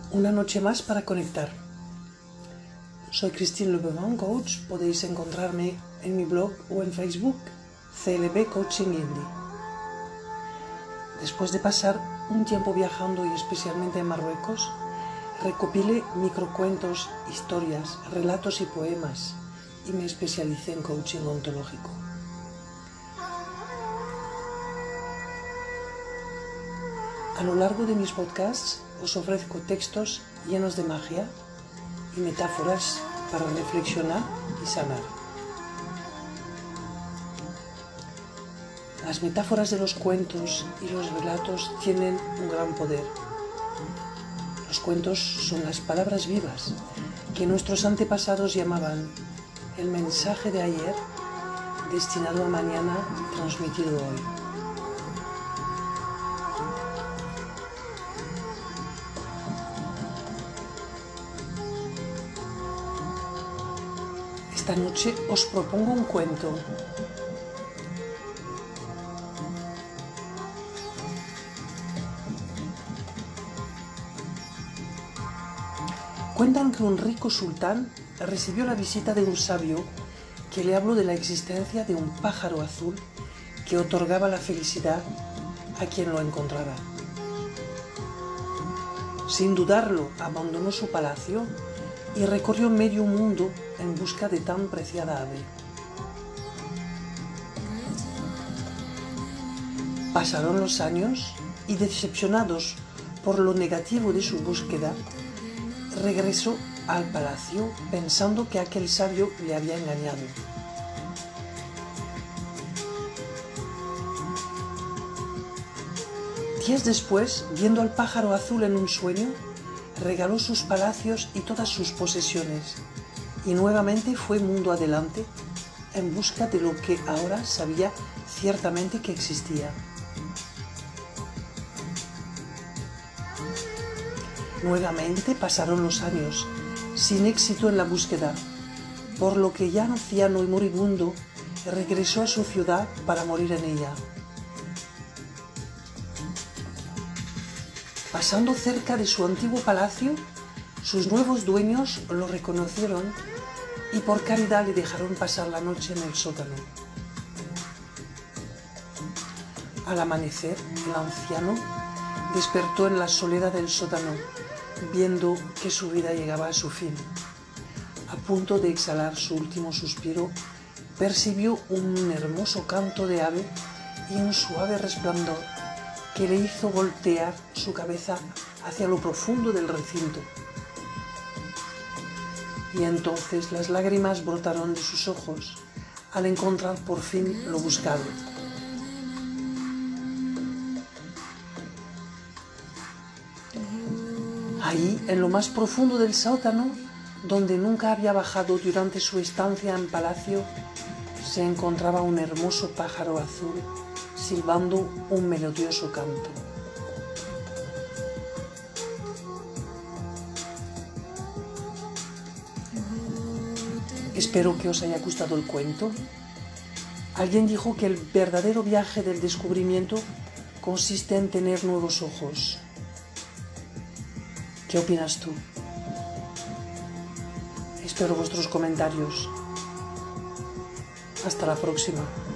Una noche más para conectar. Soy Christine Lebevan, coach. Podéis encontrarme en mi blog o en Facebook, CLB Coaching Indie. Después de pasar un tiempo viajando y especialmente en Marruecos, recopilé microcuentos, historias, relatos y poemas y me especialicé en coaching ontológico. A lo largo de mis podcasts os ofrezco textos llenos de magia y metáforas para reflexionar y sanar. Las metáforas de los cuentos y los relatos tienen un gran poder. Los cuentos son las palabras vivas que nuestros antepasados llamaban el mensaje de ayer destinado a mañana transmitido hoy. Esta noche os propongo un cuento. Cuentan que un rico sultán recibió la visita de un sabio que le habló de la existencia de un pájaro azul que otorgaba la felicidad a quien lo encontrara. Sin dudarlo, abandonó su palacio y recorrió medio mundo en busca de tan preciada ave. Pasaron los años y, decepcionados por lo negativo de su búsqueda, regresó al palacio pensando que aquel sabio le había engañado. Días después, viendo al pájaro azul en un sueño, regaló sus palacios y todas sus posesiones, y nuevamente fue mundo adelante en busca de lo que ahora sabía ciertamente que existía. Nuevamente pasaron los años, sin éxito en la búsqueda, por lo que ya anciano y moribundo regresó a su ciudad para morir en ella. Pasando cerca de su antiguo palacio, sus nuevos dueños lo reconocieron y por caridad le dejaron pasar la noche en el sótano. Al amanecer, el anciano despertó en la soledad del sótano, viendo que su vida llegaba a su fin. A punto de exhalar su último suspiro, percibió un hermoso canto de ave y un suave resplandor que le hizo voltear su cabeza hacia lo profundo del recinto. Y entonces las lágrimas brotaron de sus ojos al encontrar por fin lo buscado. Ahí, en lo más profundo del sótano, donde nunca había bajado durante su estancia en palacio, se encontraba un hermoso pájaro azul silbando un melodioso canto. Espero que os haya gustado el cuento. Alguien dijo que el verdadero viaje del descubrimiento consiste en tener nuevos ojos. ¿Qué opinas tú? Espero vuestros comentarios. Hasta la próxima.